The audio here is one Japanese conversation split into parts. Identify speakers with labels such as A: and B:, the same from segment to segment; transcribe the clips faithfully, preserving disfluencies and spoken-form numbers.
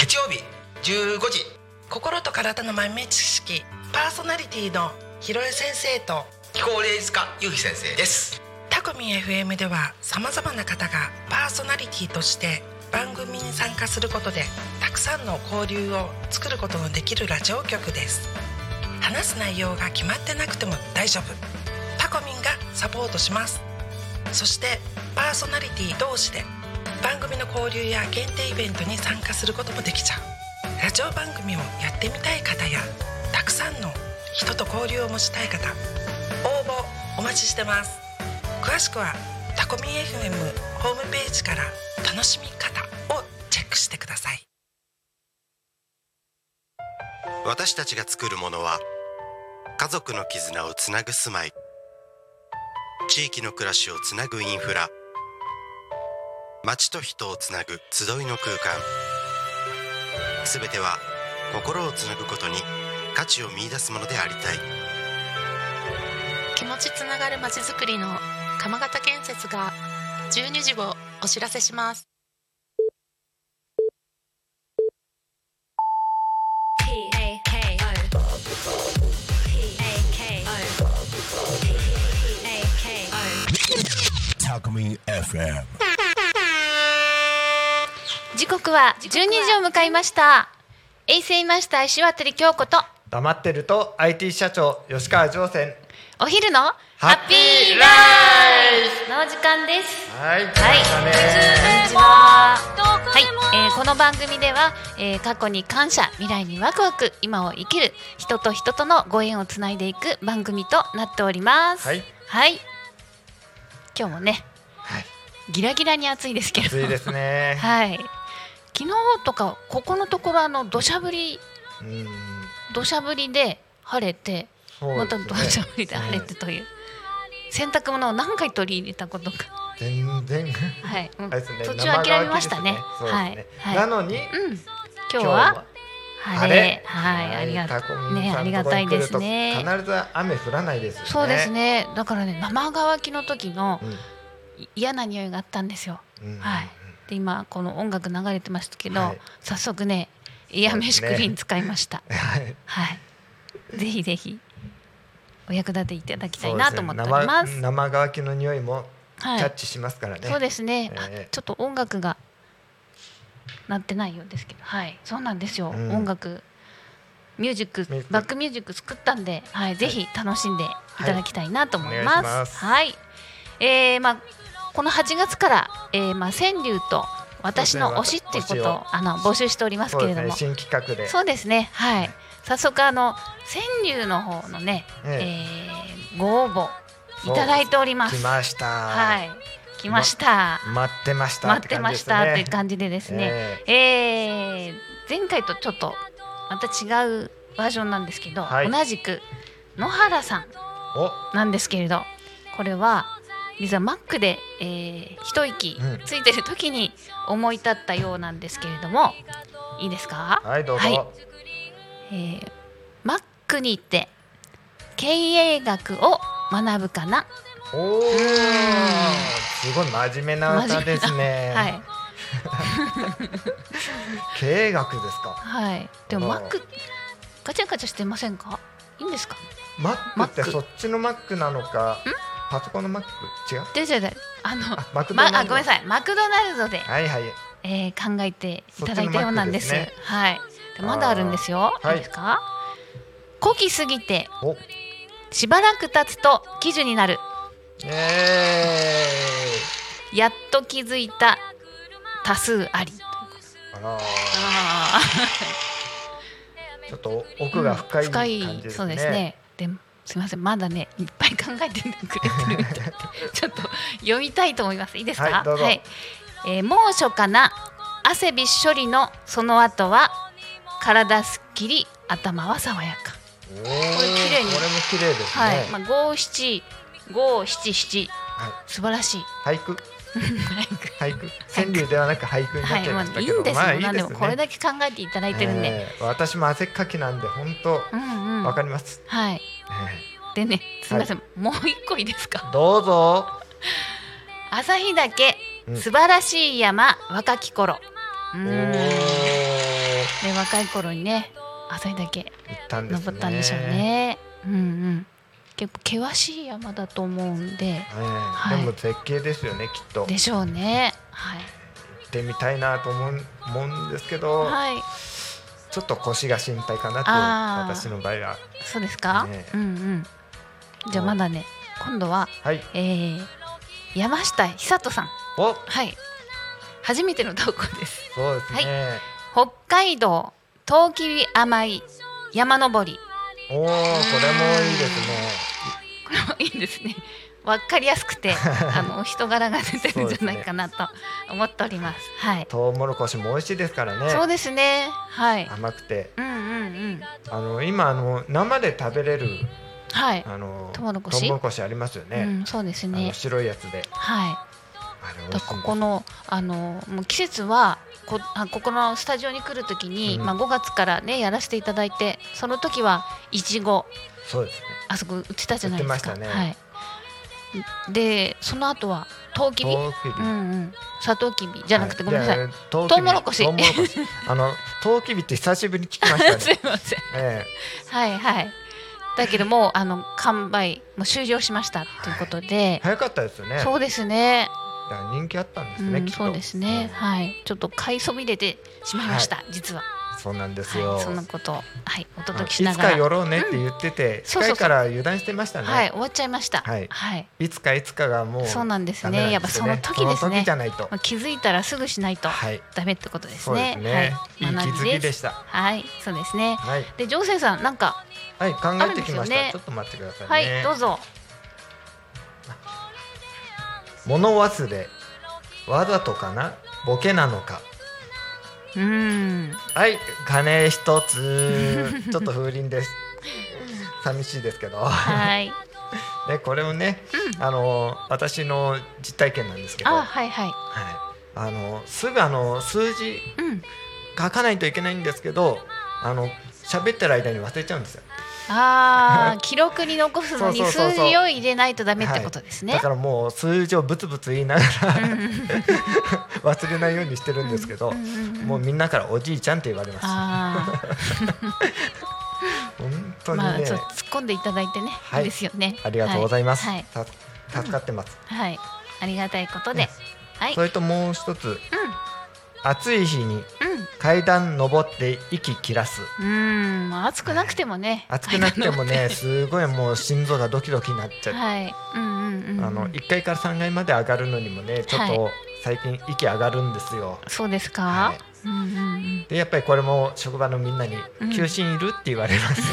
A: 日曜日じゅうごじ、
B: 心と体の豆知識、パーソナリティのひろえ先生と
A: 気候霊術家ゆうひ先生です。
B: タコミン エフエム ではさまざまな方がパーソナリティとして番組に参加することでたくさんの交流を作ることのできるラジオ局です。話す内容が決まってなくても大丈夫、タコミンがサポートします。そしてパーソナリティ同士で番組の交流や限定イベントに参加することもできちゃう。ラジオ番組をやってみたい方やたくさんの人と交流を持ちたい方、応募お待ちしてます。詳しくはタコミン エフエム ホームページから楽しみ方をチェックしてください。
C: 私たちが作るものは家族の絆をつなぐ住まい、地域の暮らしをつなぐインフラ、街と人をつなぐ集いの空間、すべては心をつなぐことに価値を見出すものでありたい。
D: 気持ちつながる街づくりの鎌形建設がじゅうにじをお知らせします。
E: タコミン エフエム。
F: 時刻はじゅうにじを迎えました。衛星マスター石渡京子と
G: 黙ってると アイティー 社長吉川上泉、
F: お昼の
G: ハッピーライフ
F: のお時間です。
G: はい、はい、
F: こんにちは。はい、えー、この番組では、えー、過去に感謝、未来にワクワク、今を生きる人と人とのご縁をつないでいく番組となっております。
G: はい、
F: はい、今日もね、
G: はい、
F: ギラギラに暑いですけど、
G: 暑いですね。
F: はい、昨日とかここのところあの土砂降り
G: うん、
F: 土砂降りで晴れて、
G: ね、
F: また土砂降りで晴れてという、うん、洗濯物を何回取り入れたことか
G: 全然
F: はい、
G: ね、
F: 途中諦めましたね。
G: はい、はい、なのに、うん、
F: 今日は晴れ、はい、ありがたいね、ありがたいですね。
G: 必ず雨降らないですよね。
F: そうですね。だからね、生乾きの時の嫌な匂いがあったんですよ。うん、はい。で今この音楽流れてますけど、はい、早速ねエアメッシュクリーン使いました。ね、はい。ぜひぜひお役立ていただきたいなと思っております。
G: 生, 生乾きの匂いもキャッチしますからね。はい、
F: そうですね、
G: えー。
F: ちょっと音楽が鳴ってないようですけど、はい、そうなんですよ。うん、音楽ミュージックバックミュージック作ったんで、はい、ぜひ楽しんでいただきたいなと思います。はい、お願いします。はい。えー、まあこのはちがつから、えー、まあ川柳と私の推しっていうことをあの募集しておりますけれども、
G: そうですね、新企画で。
F: そうですね、はい。早速あの川柳の方のね、ええー、ご応募いただいております。
G: 来ました。
F: はい。来ました。
G: ま、待ってました。
F: 待ってましたという感じでですね。えー、えー、前回とちょっとまた違うバージョンなんですけど、はい、同じく野原さんなんですけれど、これは実はマックで、えー、一息ついてる時に思い立ったようなんですけれども、いいですか？
G: はい、どうぞ。はい、
F: えー、マックに行って経営学を学ぶかな。
G: おー、すごい真面目な歌ですね。
F: はい。
G: 経営学ですか？
F: はい。でもマックガチャガチャしてませんか？いいんですか？
G: マックってそっちのマックなのか？パソコンのマック違う？
F: でじゃであの
G: あマクドナルド、
F: ま、あごめんなさい、マクドナルドで、
G: はいはい、
F: えー、考えていただいたようなんです。ね、はい。でまだあるんですよ。いいですか？こぎすぎてしばらく経つと記事になる。
G: え
F: ー、やっと気づいた多数あり。
G: あらあちょっと奥が深い感じですね。
F: うん、深い、そうですね。ですみません、まだねいっぱい考えてくれてるみたいでちょっと読みたいと思います。いいですか？
G: はい、どうぞ。はい、
F: えー、猛暑かな汗びっしょりのその後は体すっきり頭は爽やか。
G: おこれ綺麗に、これも綺麗ですね。
F: はい、まあ、五七五七七、はい、素晴らしい
G: 俳句俳句川柳ではなく俳句になっちゃいましたけど、
F: はい、まあ、いいんですよ、まあいいですね。でもこれだけ考えていただいてるんで、
G: えー、私も汗っかきなんで本当
F: うんうん
G: わかります。
F: はい、えー、でね、すみません、はい、もう一個いいですか？
G: どうぞ。
F: 旭岳、うん、素晴らしい山若き頃。うーん、 ね、若い頃にねあそれだけ
G: 行ったんですね。
F: 登ったんでしょうね。うんうん、結構険しい山だと思うんで、
G: えー
F: はい、
G: でも絶景ですよねきっと。
F: でしょうね。はい。
G: 行ってみたいなと思う、思うんですけど、
F: はい、
G: ちょっと腰が心配かなって
F: あー
G: 私の場合は。
F: そうですか、
G: ね
F: うんうん。じゃあまだね今度は、
G: はい
F: えー、山下久人さん、
G: お
F: はい初めての投稿です。
G: そうですね、
F: 北海道トウキビ甘い山登り。
G: おおこれもいいですね。
F: これもいいですね。わかりやすくてあの人柄が出てるんじゃないかなと思っております。はい。
G: トウモロコシも美味しいですからね。
F: そうですね。はい。
G: 甘くて、
F: うんうんうん。
G: あの今あの生で食べれる
F: はい。
G: あの
F: トウモロコシ
G: トウモロコシありますよね。
F: うん、そうです
G: あ
F: ね
G: の。白いやつで。
F: はい。
G: あれ美味しいんです。
F: だここのあのもう季節はこあここのスタジオに来るときに、
G: うん
F: まあごがつからねやらせていただいて、その時はいちご
G: そうですね。
F: あそこ売ってたじゃないですか。
G: 売ってましたね
F: はい。でその後はトウキビ、
G: トウキビ
F: うんうん、サトウキビじゃなくて、
G: は
F: ごめんなさい。
G: やトウ
F: トウモロコシ
G: トウモロコシあのトウキビって久しぶりに聞きましたね。
F: すいません。
G: え
F: はいはい。だけどもうあの完売もう終了しましたということで、
G: え早かったですよね。
F: そうですね。
G: いや人気あったんですね、
F: うん、
G: きっと。
F: そうですね、
G: うん
F: はい。ちょっと買いそびれてしまいました、
G: は
F: 実は。
G: そうなんですよ。
F: はい、そのことを、はい、お
G: あ
F: 届け
G: い
F: しながら。
G: つか寄ろうねって言ってて、
F: そうそうそう
G: 近いから油断してましたね。
F: はい、終わっちゃいました。
G: はい
F: はい。
G: いつかいつかがもう
F: そうなんですね
G: ダメなん
F: やっぱその時ですね
G: その時じゃないと。
F: まあ、気づいたらすぐしないと
G: はい。
F: ダメってことです
G: そうで
F: ね。
G: すね。いい気
F: 学び
G: づきでした。
F: はい、そうですね。
G: はい。
F: で、ジョーセンさん、なんか、
G: はい、考えてきました。
F: あるんですよね
G: ちょっと待ってください
F: はい、
G: ね。
F: どうぞ。
G: 物忘れ、わざとかな、ボケなのか。
F: うーん、
G: はい、鐘一つ。ちょっと風鈴です。寂しいですけど。
F: はい。
G: でこれをね、あの私の実体験なんですけど、
F: あ、
G: はい、
F: はいはい。
G: あのすぐあの数字
F: うん。
G: 書かないといけないんですけど、あの喋ってる間に忘れちゃうんですよ。
F: ああ、記録に残すのに
G: そうそうそうそう
F: 数字を入れないとダメってことですね。
G: だからもう数字をブツブツ言いながら忘れないようにしてるんですけど、
F: うんうんうん
G: もうみんなからおじいちゃんって言われます。
F: あ
G: 本当
F: あ、
G: にね、
F: まあ、ちょっと突っ込んでいただいてね、
G: はい
F: いいですよね。
G: ありがとうございます。
F: はい、
G: た助かってます。
F: はい、はい、ありがたいことで、
G: ね
F: はい、
G: それともう一つ、暑い日に
F: うん、
G: 階段登って息切らす。
F: うん、うん、まあ暑くなくてもね、
G: 暑くなくてもね、すごいもう心臓がドキドキになっちゃって、
F: はい、うんうんうん、
G: あのいっかいからさんがいまで上がるのにもね、ちょっと最近息上がるんですよ。
F: そうですか。
G: はい
F: うんうんうん。
G: でやっぱりこれも職場のみんなに
F: うん
G: 休診いるって言われます。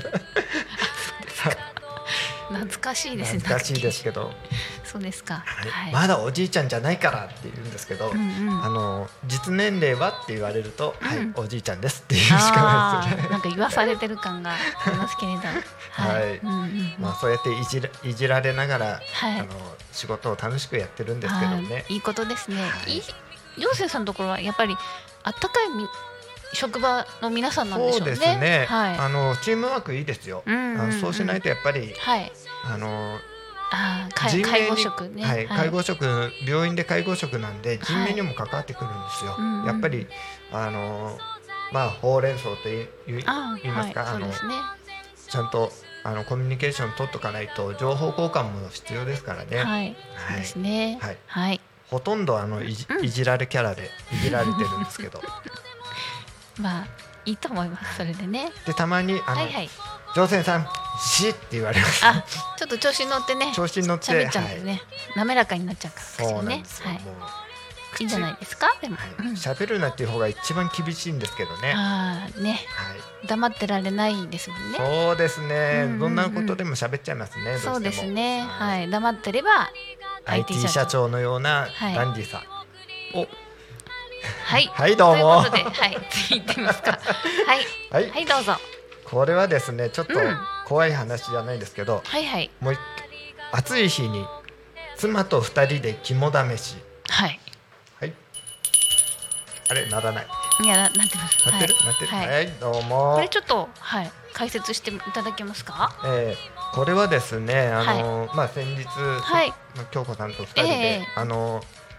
F: 懐かしいですね。
G: 懐かしいですけど、
F: そうですか。
G: はい
F: はい。
G: まだおじいちゃんじゃないからって言うんですけど、
F: うんうん。
G: あの実年齢はって言われると、
F: うん
G: はいおじいちゃんですっていうしかないですよね。
F: あーなんか言わされてる感がありますけれど、はい。
G: はい
F: うんうんうん
G: まあそうやっていじらいじられながら、
F: はい
G: あの仕事を楽しくやってるんですけどね。
F: いいことですね。
G: はい
F: いい、陽生さんのところはやっぱりあったかいみ職場の皆さんなんでしょ
G: そう
F: うね。
G: ですね、
F: はい。
G: あのチームワークいいですよ。
F: うんうんうん
G: あのそうしないとやっぱり
F: はい。
G: あの
F: あー、介
G: 人命に
F: 介護職ね。
G: はい、介護職、病院で介護職なんで人命にも関わってくるんですよ。
F: うんうん
G: やっぱりあのまあほうれん草と言い言い
F: あー、
G: 言いますか、
F: はい、
G: あの
F: そうですね。
G: ちゃんとあのコミュニケーション取っとかないと情報交換も必要ですからね。
F: はい。そうですね。
G: はい
F: はい。
G: ほとんどあのいじ,、
F: うん
G: いじられキャラでいじられてるんですけど
F: まあいいと思います。それでね。
G: でたまにあの、
F: はいはい。
G: 上仙さんしって言われます。
F: あ、ちょっと調子に乗ってね。
G: 調子に乗って
F: 喋っちゃうんですね。滑らかになっちゃうからです
G: そう
F: よね
G: なんです。よ、
F: はい。
G: もう
F: いいんじゃないですか。でも。
G: はい
F: うん
G: 喋るなっていう方が一番厳しいんですけどね。は
F: ああね、
G: い、
F: 黙ってられないですもんね。
G: そうですね、
F: うんうんうん
G: どんなことでも喋っちゃいますね。どしても
F: そうですね。
G: は
F: はいい。黙ってれば
G: アイティー 社長のような
F: はい
G: ダンディさん、お
F: はい。
G: はいどうも
F: ということで、はい。次行ってみますか。はい。
G: はい、
F: はい、どうぞ。
G: これはですねちょっと
F: うん
G: 怖い話じゃないですけど、
F: はいはい。
G: もう一暑い日に妻と二人で肝試し。
F: はい。
G: はい、あれならない、
F: いや、ななってます。
G: なってる、
F: はい
G: なってる、
F: はい
G: はい、どうも。
F: これちょっと、はい。解説していただけますか。
G: えー、これはですね、あのーまあ先日、
F: はい
G: まあ京子さんと二人で、
F: ええ
G: あのー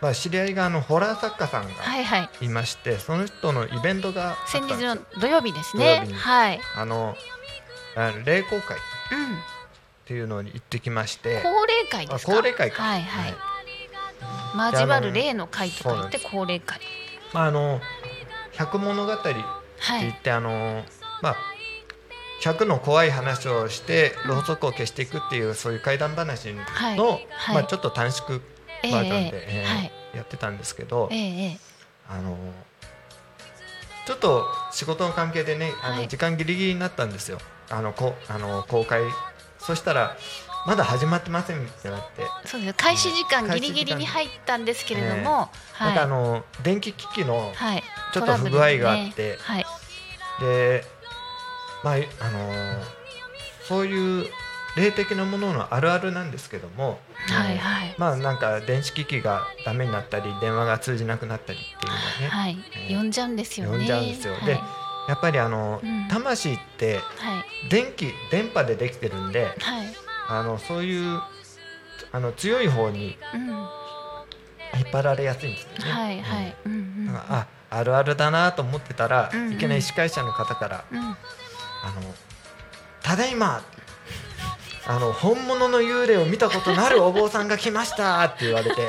G: まあ、知り合いがあのホラー作家さんが
F: はいはい。
G: いまして、その人のイベントがあったんですよ。
F: 先日の土曜日です
G: 土曜
F: ね
G: 日に
F: はい。
G: あのあ霊交会っ
F: うん。
G: ていうのに行ってきまして、
F: 高齢会ですか。
G: あ高齢会か
F: はいはい。
G: はい
F: 交わる霊の会とか言って高齢会。
G: まあ、あの百物語って
F: はい。
G: 言って、あのまあひゃくの怖い話をしてろうそくを消していくっていう、そういう怪談話の、
F: はいはい
G: まあ、ちょっと短縮
F: え
G: バージョンで、
F: え
G: えー
F: はい
G: やってたんですけど、
F: ええええ。
G: あのちょっと仕事の関係でね、あの
F: はい
G: 時間ギリギリになったんですよ。あのこあの公開、そしたらまだ始まってませんってなって、
F: そうです。開始時間ギリギリに入ったんですけれども、
G: なんかあ
F: はい
G: の電気機器の
F: はい。
G: ちょっと不具合があって、
F: トラブルでねはい。
G: で、まああのそういう霊的なもののあるあるなんですけども、
F: はいはい
G: まあなんか電子機器がダメになったり電話が通じなくなったりっていうのはね、
F: はい。
G: えー
F: 呼んじゃうんですよね。
G: 呼んじゃうんですよ。
F: はい
G: でやっぱりあの、
F: うん
G: 魂って
F: はい
G: 電気電波でできてるんで、
F: はい。
G: あのそういうあの強い方に
F: うん。
G: 引っ張られやすいんですよね。
F: はいはい。うんうん。
G: だからああるあるだなと思ってたら、
F: うんうん
G: いきなり司会者の方から
F: うん。
G: 「あのただいまあの本物の幽霊を見たことのあるお坊さんが来ました」って言われて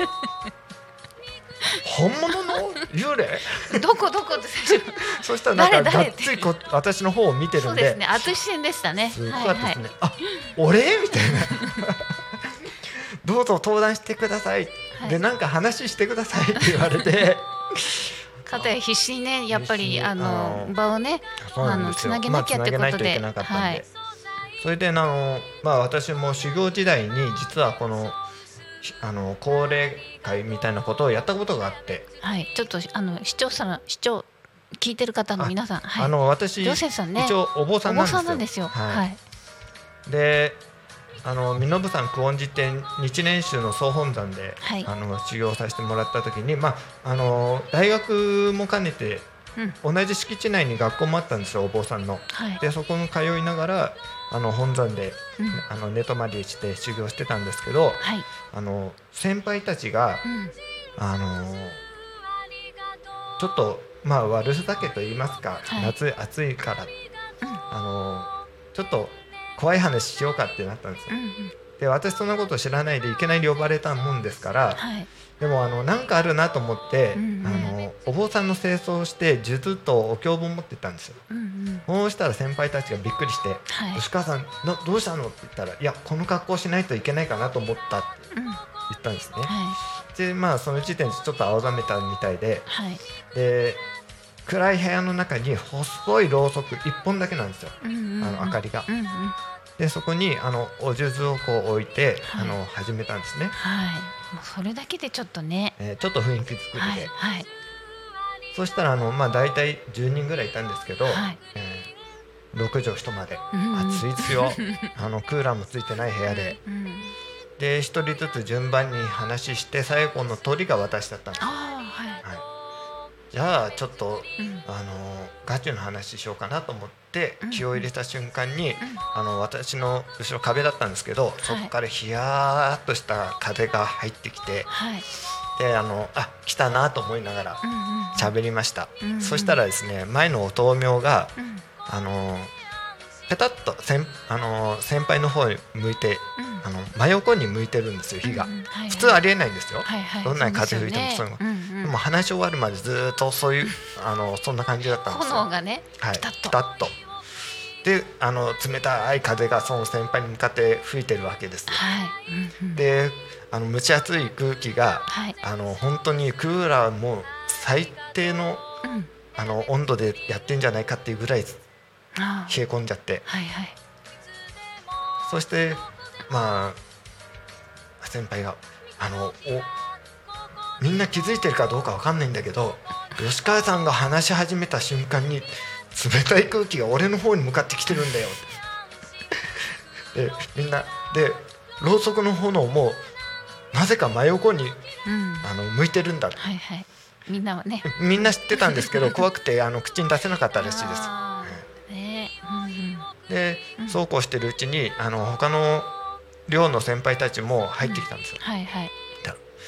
G: 本物の幽霊
F: どこどこって最初。
G: そしたらなんか
F: 誰誰
G: がっつりこ私の方を見てるんで、
F: そうですね。熱視線でしたね。
G: すご
F: はいはい
G: かったですね。。あ、俺みたいな。どうぞ登壇してください。
F: はい
G: でなんか話してくださいって言われて。
F: かたや必死にね、やっぱ
G: 必死に
F: りあの
G: あの
F: 場をね、
G: そうな
F: あのつ
G: んですよ
F: なげなきゃって
G: まあ
F: ことで、
G: つなげないといけなかったんで、
F: はい。
G: それであのまあ私も修行時代に実はこのひあの高齢会みたいなことをやったことがあって、
F: はい。ちょっとあの視聴者の視聴聞いてる方の皆さん、はい。
G: あの私
F: ジョセフさんね、
G: 一応お坊さ
F: お坊
G: んなんですよ。
F: さんなんですよ。
G: はい
F: はい。
G: であの身延山久遠寺って日蓮宗の総本山で、
F: はい
G: あの修行させてもらった時に、まあ、あの大学も兼ねて
F: うん。
G: 同じ敷地内に学校もあったんですよ、お坊さんの。
F: はい。
G: でそこに通いながらあの本山で、
F: うん。
G: あの寝泊まりして修行してたんですけど、
F: はい。
G: あの先輩たちが、
F: うん。
G: あのちょっと、まあ、悪ふざけと言いますか、
F: はい
G: 夏暑いから、
F: うん
G: あのちょっと怖い話しようかってなったんですよ。
F: うんうん。
G: で私そんなこと知らないでいきなり呼ばれたもんですから、
F: はい。
G: でもあのなんかあるなと思って、
F: うんうん
G: あのお坊さんの清掃をして数珠とお経本持ってったんですよ。
F: うんうん。
G: そうしたら先輩たちがびっくりして
F: はい。
G: 吉川さんなどうしたのって言ったら、いやこの格好しないといけないかなと思ったって
F: うん。
G: 言ったんですね。
F: は
G: でまあその時点でちょっと青ざめたみたいで、
F: い。はい。
G: で暗い部屋の中に細いろうそくいっぽんだけなんですよ、
F: うんうんうん。
G: あの明かりが。
F: うんうん。
G: でそこにあのお数珠をこう置いて、
F: はい
G: あの始めたんですね。
F: はい。もうそれだけでちょっとね。
G: えーちょっと雰囲気作りで、
F: はいはい
G: そしたらあの、まあ、大体じゅうにんぐらいいたんですけど、
F: はい。
G: えーろくじょう一間で、
F: うんうん
G: 暑いですよあのクーラーもついてない部屋で、
F: うん。
G: で一人ずつ順番に話して最後の鳥が私だったんです。
F: ああはい。
G: はいじゃあちょっと、
F: うん
G: あのガチの話しようかなと思って
F: うん
G: 気を入れた瞬間に、
F: うん
G: あの私の後ろ壁だったんですけど、そこからヒヤーっとした風が入ってきて、
F: はい。
G: であのあ来たなと思いながら
F: うんうん。
G: 喋りました、
F: うんうん
G: そしたらですね前のお灯明が
F: うん
G: あのペタッと先あの先輩の方に向いて
F: うん。
G: あの真横に向いてるんですよ火が、
F: うんうんはいはい
G: 普通ありえないんですよ、
F: はいはい。
G: どんなに風吹いてもそういうの、
F: ですよねうんうん
G: でも話し終わるまでずーっとそういうあのそんな感じだったんですよ。
F: 炎がね。
G: はい、
F: ピタッと
G: ピタッとであの冷たい風がその先輩に向かって吹いてるわけですよ。
F: はい。うんうん。
G: であの蒸し暑い空気が
F: はい。
G: あの本当にクーラーも最低の
F: うん。
G: あの温度でやってんじゃないかっていうぐらい冷
F: ああ。
G: え込んじゃって、
F: はいはい。
G: そしてまあ先輩があのおみんな気づいてるかどうかわかんないんだけど吉川さんが話し始めた瞬間に冷たい空気が俺の方に向かってきてるんだよってでみんなでろうそくの炎もなぜか真横に
F: うん。
G: あの向いてるんだ
F: はいはい。みんなはね。
G: みんな知ってたんですけど怖くてあの口に出せなかったらしいです。
F: あーね。うんうん。
G: で
F: うん
G: そうこうしてるうちにあの他の寮の先輩たちも入ってきたんですよ。
F: はいはい。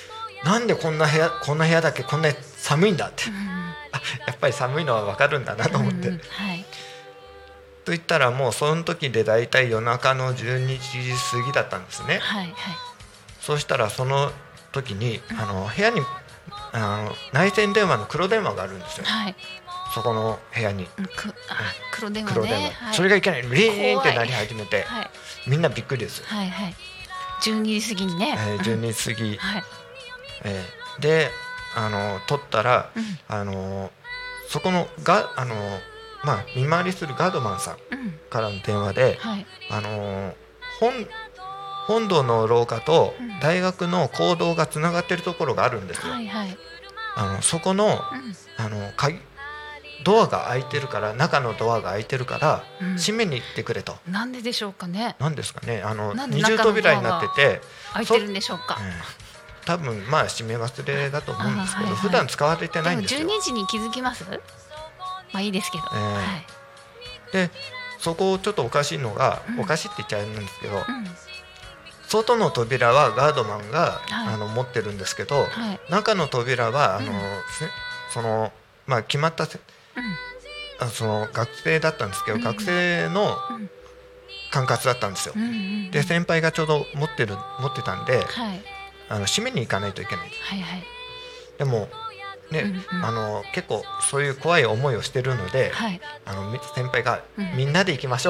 G: なんでこんな部屋こんな部屋だけこんな寒いんだって、
F: うん、
G: あやっぱり寒いのは分かるんだなと思って、
F: うん、はい、
G: と言ったらもうその時でだいたい夜中のじゅうにじ過ぎだったんですね、
F: はいはい、
G: そうしたらその時にあの部屋にあの内線電話の黒電話があるんですよ、
F: はい、
G: そこの部屋に、
F: くあ黒電話ね、
G: 黒電話、
F: はい、
G: それがいきなりリーンってなり始めて、
F: はい、
G: みんなびっくりです、
F: はいはい、じゅうにじ過ぎにね、
G: えー、じゅうにじ過ぎ、
F: はい、
G: えー、であの取ったら、うん、あのそこのがあの、まあ、見回りするガードマンさんからの電話で、うん、はい、あの本本堂の廊下と大学の講堂がつながっているところがあるんですよ、はいはい、あのそこの、うん、あの鍵ドアが開いてるから中のドアが開いてるから、うん、閉めに行ってくれと。
F: なんででしょうかね。
G: なんですかね、あの二重扉になってて
F: 開いてるんでしょうか、
G: えー、多分まあ閉め忘れだと思うんですけど、はいはい、普段使われてないんですよ。
F: でもじゅうにじに気づきます？まあいいですけど、えーはい、
G: でそこちょっとおかしいのが、うん、おかしいって言っちゃうんですけど、うん、外の扉はガードマンが、はい、あの持ってるんですけど、はい、中の扉はあの、うん、そのまあ決まったせ、うん、その学生だったんですけど、うん、学生の管轄だったんですよ、うんうんうん、で先輩がちょうど持ってる持ってたんで、はい、あの閉めに行かないといけない、はいはい、でもね、うんうん、あの結構そういう怖い思いをしてるので、はい、あの先輩が、うん、みんなで行きましょう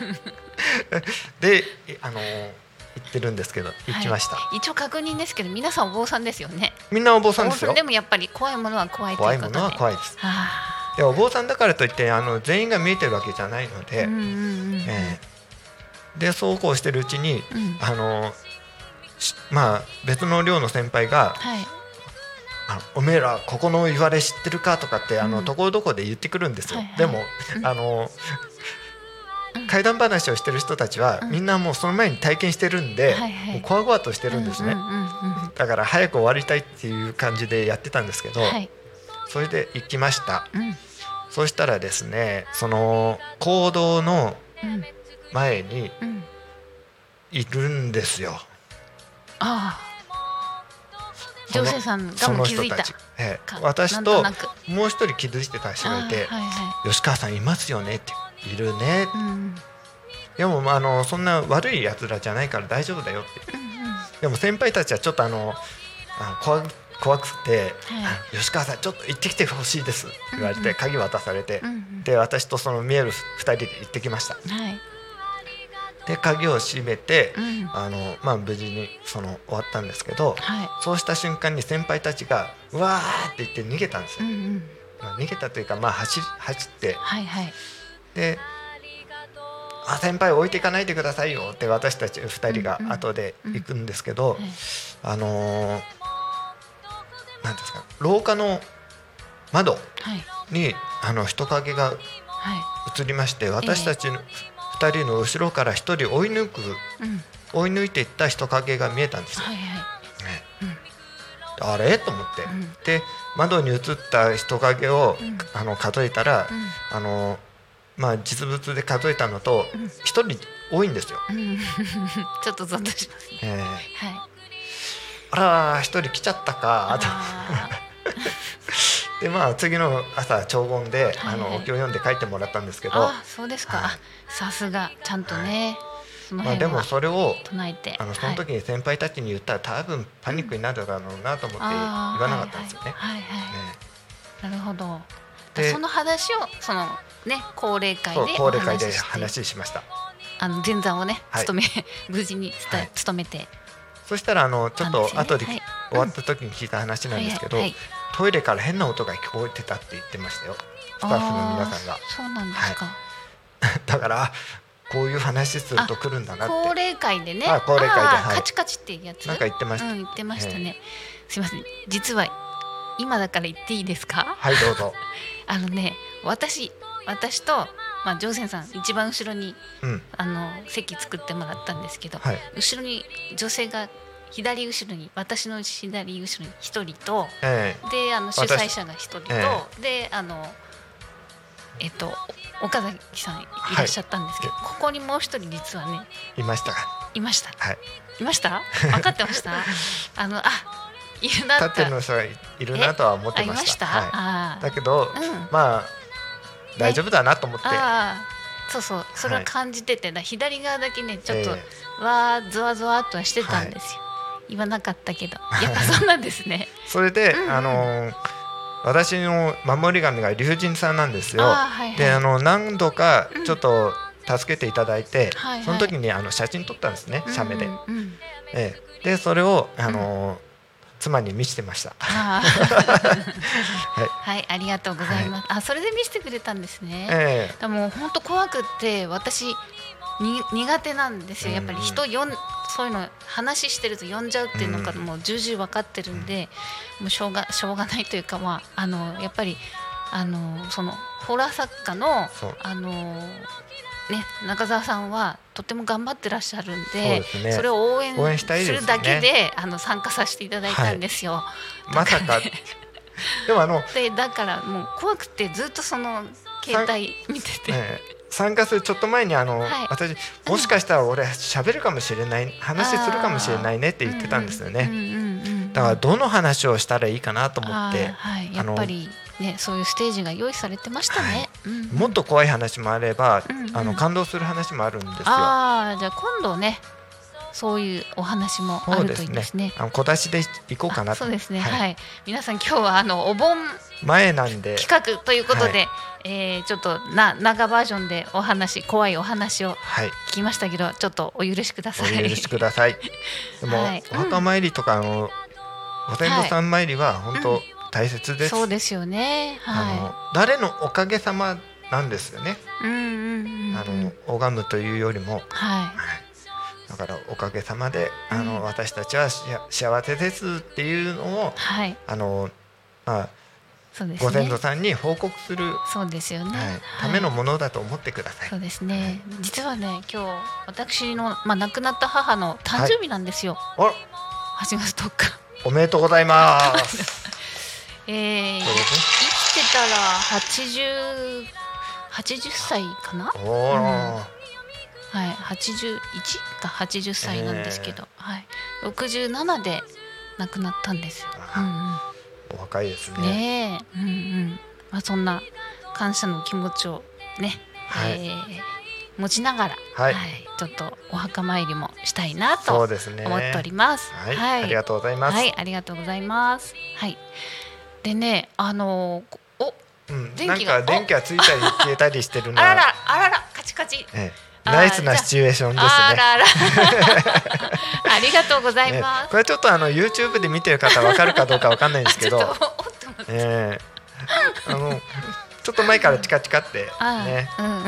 G: ってであの言ってるんですけど行きました、
F: はい、一応確認ですけど皆さんお坊さんですよね。
G: みんなお坊さんですよ。
F: でもやっぱり怖いものは怖いということで、
G: 怖いものは怖いです。でお坊さんだからといってあの全員が見えてるわけじゃないので、うんうんうんうん、えー、でそうこうしてるうちに、うん、あのまあ別の寮の先輩が、はい、あおめえらここの言われ知ってるかとかってあの、うん、ところどころで言ってくるんですよ、はいはい、でも、うん、あの怪談話をしてる人たちは、うん、みんなもうその前に体験してるんで、はいはい、もうこわごわとしてるんですね、うんうんうんうん、だから早く終わりたいっていう感じでやってたんですけど、はい、それで行きました、うん、そしたらですねその講堂の前にいるんですよ、うんうん、あ
F: あ女性さんがも気づいた、
G: ええ、私ともう一人気づいてた人がいて、はいはい、吉川さんいますよねっているね、うん、でも、まあ、あのそんな悪いやつらじゃないから大丈夫だよって、うんうん、でも先輩たちはちょっとあのあ怖、怖くて、はい、吉川さんちょっと行ってきてほしいですって言われて、うんうん、鍵渡されて、うんうん、で私とその見えるふたりで行ってきました、はい、で鍵を閉めて、うん、あのまあ、無事にその終わったんですけど、はい、そうした瞬間に先輩たちがうわーって言って逃げたんですよ、うんうん、まあ、逃げたというか、まあ、走, 走って、はいはい、であ先輩置いていかないでくださいよって私たちふたりが後で行くんですけど、うんうん、あのー、なんですか廊下の窓に、はい、あの人影が映りまして、はい、私たちのふたりの後ろからひとり追い抜く、うん、追い抜いていった人影が見えたんですよ、はいはい、ね、うん、あれと思って、うん、で窓に映った人影を、うん、あの数えたら、うん、あのまあ、実物で数えたのとひとり多いんですよ、うん、
F: ちょっとゾッとしますね、えーはい、
G: あらひとり来ちゃったかとで、まあ、次の朝長言で、はい、あのお経を読んで帰ってもらったんですけど、
F: あそうですか、はい、さすがちゃんとね、はい、その辺は
G: まあ、でもそれを
F: 唱えて
G: あのその時に先輩たちに言ったら多分パニックになるだろうなと思って言わなかったんですよね、
F: はいはいはいはい、ね、なるほど。その話をそのね高齢会で
G: 高齢会で話しました。
F: あの前座をね、はい、務め無事に伝え、はい、務めて、
G: そしたらあのちょっと後で、ね、はい、終わった時に聞いた話なんですけど、うん、はいはい、トイレから変な音が聞こえてたって言ってましたよ、スタッフの皆さんが。
F: そうなんですか、
G: はい、だからこういう話すると来るんだなって。
F: 高齢会でね、
G: あ高齢会で、はい、
F: カチカチっていうやつ
G: なんか言ってました、
F: うん、言ってましたね、すいません、実は今だから言っていいですか。
G: はいどうぞ。
F: あのね私私と、まあ、ジョーセンさん一番後ろに、うん、あの席作ってもらったんですけど、はい、後ろに女性が左後ろに私の左後ろにひとりと、えー、であの主催者がひとりと、えー、であのえっと岡崎さんいらっしゃったんですけど、はい、ここにもう一人実はね
G: いました
F: いました、
G: はい、
F: いました分かってましたあのあいるな
G: 立ってるの人がいるなとは思ってました。
F: あいました、
G: はい、
F: あ
G: だけど、
F: うん、
G: まあ大丈夫だなと思って、
F: あそうそうそれは感じてて、はい、左側だけねちょっと、
G: え
F: ー、わーゾワゾワっとはしてたんですよ、はい、言わなかったけどやっぱそうなんですね
G: それで、
F: うんうん、
G: あのー、私の守り神が龍神さんなんですよ。
F: あ、はいはい、
G: であの何度かちょっと助けていただいて、
F: うん、
G: その時にあの写真撮ったんですね、写メで、
F: うんうんうん、
G: ええ、でそれを、あのーうん、妻に見せてました
F: あ、はい、はい、ありがとうございます、はい、あそれで見せてくれたんですね、
G: ええ、
F: でも本当怖くって私に苦手なんですよ。やっぱり人よん、うん、そういうの話してると呼んじゃうっていうのがもう重々分かってるんで、うん、もうしょうがしょうがないというか、まああのやっぱりあのそのホラー作家のあのね中澤さんはとても頑張ってらっしゃるん で, そ, で、ね、それを応援するだけ で, で、ね、あの参加させていただいたんですよ、はい、
G: まさかでもあの
F: でだからもう怖くてずっとその携帯見てて、
G: ね、参加するちょっと前にあの、はい、私もしかしたら俺喋るかもしれない話するかもしれないねって言ってたんですよね、うんうんうんうん、だからどの話をしたらいいかなと思って、
F: はい、やっぱりね、そういうステージが用意されてましたね、はい
G: うんうん、もっと怖い話もあれば、うんうん、あの感動する話もあるんですよ。
F: あじゃあ今度ねそういうお話もあるといいですね。
G: あの小出しで行こうかなと。
F: そうですね、はいはい、皆さん今日はあのお盆
G: 前なんで
F: 企画ということで、はいえー、ちょっとな長バージョンでお話怖いお話を聞きましたけど、はい、ちょっとお許しください。
G: お許しくださいでも、はい、お墓参りとかのご先祖さん参りは本当、はいうん大切です。
F: そうですよね、はい、
G: あの誰のおかげさまなんですよね、
F: うんうんうんうん、
G: あの拝むというよりも、
F: はい、
G: だからおかげさまであの、うん、私たちはし幸せですっていうのを、はい、あのまあそうですね、ご先祖さんに報告する
F: そうですよね、はい、
G: ためのものだと思ってください。
F: そうですね、はい、実はね今日私の、まあ、亡くなった母の誕生日なんですよ、はい、はちがつとおか
G: おめでとうございます
F: えー、生きてたらはちじゅう、はちじゅっさいかな、うんはい、はちじゅういちかはちじゅっさいなんですけど、えーはい、ろくじゅうななで亡くなったんですよ、うんうん、
G: お若いですね。
F: ねえ、うんうんまあ、そんな感謝の気持ちをね、はいえー、持ちながら、はいはい、ちょっとお墓参りもしたいなと思っております。
G: はいはい、ありがとうございます。
F: はい、ありがとうございます。はい。でね、あのー、お、
G: うん、電気がなんか電気がついたり消えたりしてるのは
F: あららあららカチカチ、
G: ええ、ナイスなシチュエーションですね。
F: あららありがとうございます。
G: ね、これちょっとあの YouTube で見てる方わかるかどうかわかんないんですけど、ちょっとえー、あのちょっと前からチカチカってね。
F: うん、はい、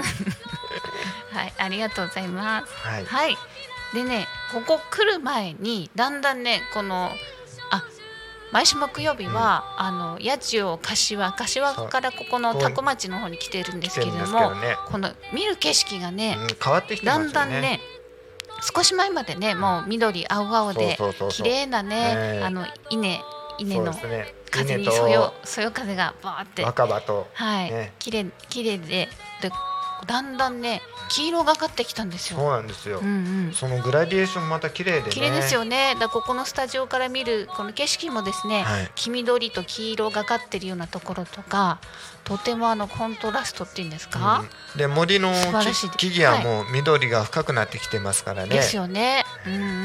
F: ありがとうございます。はい。はい、でね、ここ来る前にだんだんねこのあ毎週木曜日は、うん、あの八千代柏柏からここの多古町の方に来てるんですけれども、ね、この見る景色がね、うん、
G: 変わってきてますよね。
F: だんだんね少し前までねもう緑青々で綺麗なね、あの稲稲の風にそよそよ風がバーって
G: 若葉と
F: はい、ね、綺麗綺麗ででだんだんね黄色がかってきたんですよ。
G: そうなんですよ、
F: うんうん、
G: そのグラデーションまた綺麗でね
F: 綺麗ですよね。だここのスタジオから見るこの景色もですね、はい、黄緑と黄色がかってるようなところとかとてもあのコントラストっていうんですか、
G: うん、で森の木々はもう緑が深くなってきてますからね、はい、
F: ですよね、うんうんうん、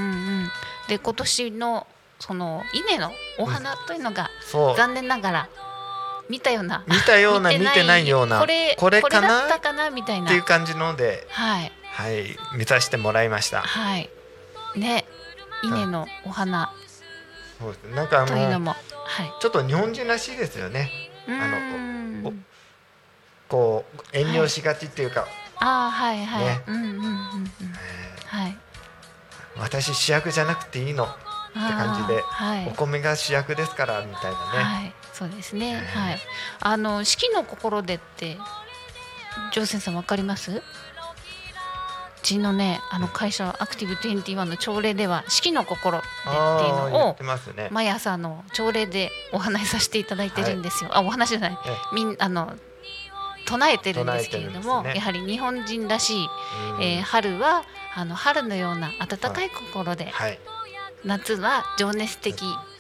F: で今年のその稲のお花というのが、うん、残念ながら見たような
G: 見たような見てないような
F: これこれかなこれだったかなみたいな
G: っていう感じので、
F: はい
G: はい、見させてもらいました。
F: はいね、稲のお花
G: そうです、なんかあの
F: というのも、はい、
G: ちょっと日本人らしいですよね。あのこう遠慮しがちっていうか、はい、
F: あはいはい、ね、うんうんうんうん、はい、
G: 私主役じゃなくていいのって感じで、はい、お米が主役ですからみたいなね、
F: はい、そうですね、はい、あの四季の心でってジョーセンさんわかります？うちのねあの会社アクティブにじゅういちの朝礼では四季の心でっていうのを毎朝の朝礼でお話しさせていただいてるんですよ、はい、あお話じゃない、みんあの唱えてるんですけれども、ね、やはり日本人らしい、うんえー、春はあの春のような温かい心で、はい、夏は情熱的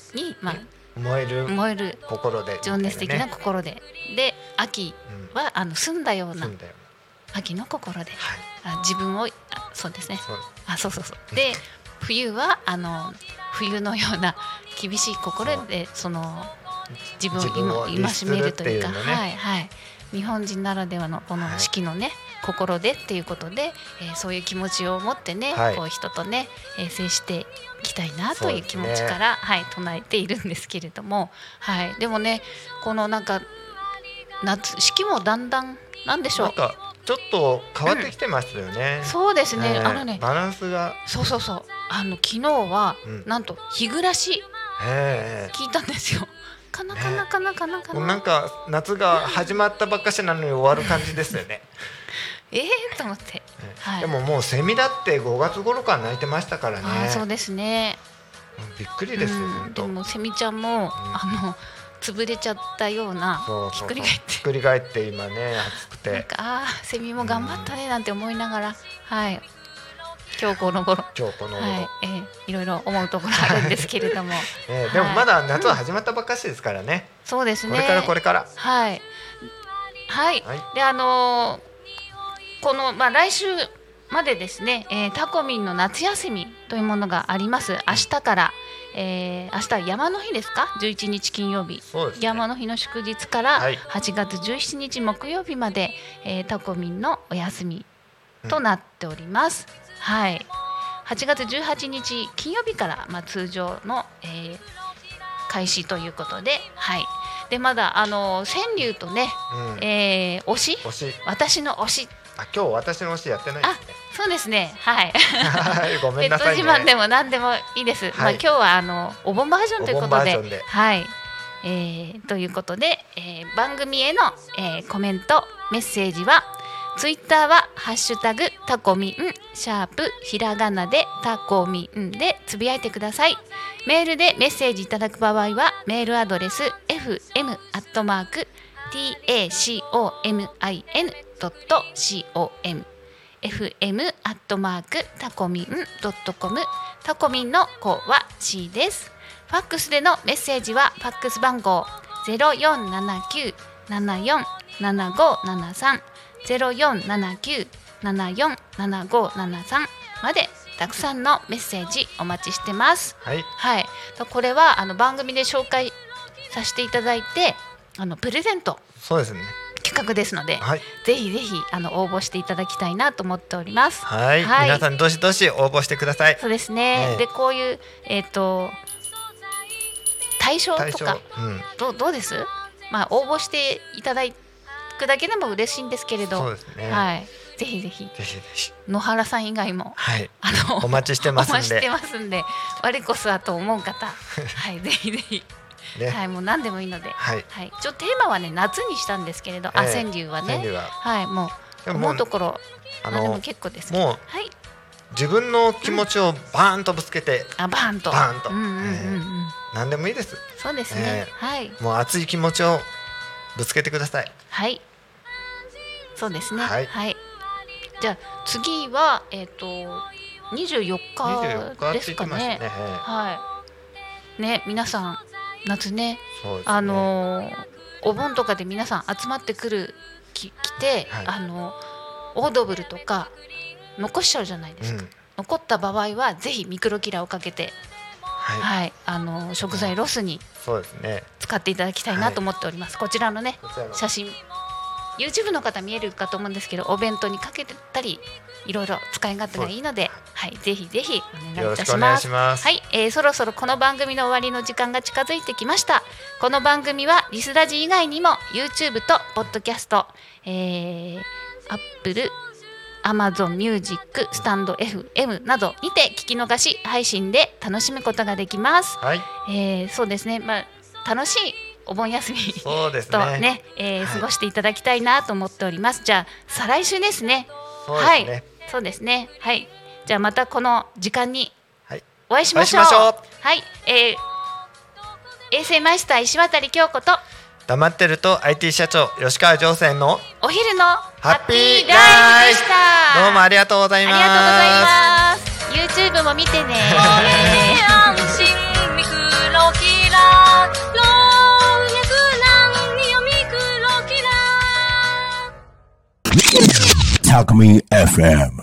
F: に、まあ、
G: 燃える
F: 燃える
G: 心で、
F: 情熱的な心で、で秋はあの澄んだような秋の心で、はい、あ自分をあそうですねそうあそうそうそうで冬はあの冬のような厳しい心でその自分を戒めるというか、はいはい、日本人ならではのこの四季のね、はい、心でっていうことで、えー、そういう気持ちを持ってね、はい、こう人とね、えー、接していきたいなという気持ちから、ねはい、唱えているんですけれども、はい、でもねこのなんか夏四季もだんだんなんでしょう
G: なんかちょっと変わってきてますよね、
F: うん、そうですね、
G: えー、
F: あのね
G: バランスが
F: そうそうそうあの昨日は、うん、なんと日暮らし聞いたんですよ。かなかなかなかなかな、
G: ね、なんか夏が始まったばっかしなのに終わる感じですよね
F: ええと思って、
G: はい、でももうセミだってごがつ頃から鳴いてましたからね。
F: あそうですね
G: びっくりですよ、
F: うん、でもセミちゃんも、うん、あの潰れちゃったようなひっくり返って
G: ひっくり返って今ね暑くて
F: なんかあセミも頑張ったねなんて思いながら、うん、はい今日この頃
G: 今日この頃、
F: はいえー、いろいろ思うところあるんですけれども、
G: えー、でもまだ夏は始まったばっかしですからね、うん、
F: そうですね
G: これからこれから
F: はいはい、はい、であのー、この、まあ、来週までですね、えー、タコミンの夏休みというものがあります。明日から、えー、明日は山の日ですかじゅういちにち金曜日、
G: そうですね、
F: 山の日の祝日からはちがつじゅうしちにち木曜日まで、えー、タコミンのお休みとなっております、うんはい、はちがつじゅうはちにち金曜日から、まあ、通常の、えー、開始ということで、はい、でまだあの川柳とね、うんえー、推し
G: 推し
F: 私の推し
G: あ今日私の推しやってないですね。
F: あそうですねはい
G: ごめんなさいね。
F: ペット自慢でも何でもいいです、はいまあ、今日はあのお盆バージョンということで、ではいえー、ということで、えー、番組への、えー、コメントメッセージはツイッターはハッシュタグタコミンシャープひらがなでタコミンでつぶやいてください。メールでメッセージいただく場合はメールアドレス エフエム アットマーク タコミン ドット コム エフエム アットマーク タコミン ドット コム タコミンの子は C です。ファックスでのメッセージはファックス番号 ゼロよんななきゅう ななよん ななごななさん ゼロよんななきゅう ななよん ななごななさん までたくさんのメッセージお待ちしてます。
G: はい、
F: はい、これはあの番組で紹介させていただいてあのプレゼント
G: そうですね
F: 企画ですので、
G: はい、
F: ぜひぜひあの応募していただきたいなと思っております。
G: はい、はい、皆さんどしどし応募してください。
F: そうですね、はい、でこういうえっ、ー、と対象とか
G: うん、
F: ど, どうです、まあ、応募していただくだけでも嬉しいんですけれど、
G: そうですね、
F: はい、ぜひぜひ
G: ぜひぜひ
F: 野原さん以外も、
G: はい、
F: あの
G: お待ちしてますんで
F: お待ちしてますんで我こそはと思う方はいぜひぜひね、はい、もう何でもいいので、
G: はい
F: はい、ちょテーマはね夏にしたんですけれど、えー、あ川柳はね
G: は、
F: はい、もう思うところ
G: あ
F: のでも結構ですけど、
G: もう、
F: はい、
G: 自分の気持ちをバーンとぶつけて、
F: うん、あバーンと
G: バーンと、
F: うんうんうんうん、
G: 何でもいいです。
F: そうですね、
G: えー、
F: はい、
G: もう熱い気持ちをぶつけてください。
F: はいそうですね、
G: はい、
F: はい、じゃあ次はえっ、ー、とにじゅうよっかですかね。
G: ね、
F: はいね、皆さん夏 ね,
G: そうですね
F: あのお盆とかで皆さん集まってくるき来て、はい、あのオードブルとか残しちゃうじゃないですか、うん、残った場合はぜひミクロキラーをかけて、はいはい、あの食材ロスに使っていただきたいなと思っております、はい、こちらのね写真 YouTube の方見えるかと思うんですけどお弁当にかけたりいろいろ使い勝手がいいので、はい、ぜひぜひお願いいたします。はい、えー、そろそろこの番組の終わりの時間が近づいてきました。この番組はリスラジ以外にも YouTube と Podcast、えー、Apple、Amazon Music、スタンド エフエム などにて聞き逃し配信で楽しむことができます。
G: はい、
F: えー、そうですね、まあ、楽しいお盆休み
G: そうです
F: と
G: ね、
F: ね、えーはい、過ごしていただきたいなと思っております。じゃあ再来週ですね。
G: そうですね、
F: はい、そうですね。はい。じゃあまたこの時間にお
G: 会
F: いしましょう。
G: はい、
F: はい、えー、衛生マイスター石渡京子と
G: 黙ってると アイティー 社長吉川上泉の
F: お昼のハッピーライフでした。
G: どうもありがとうございます。
F: ありがとうございます。YouTube も見てね。
E: Talk Me エフエム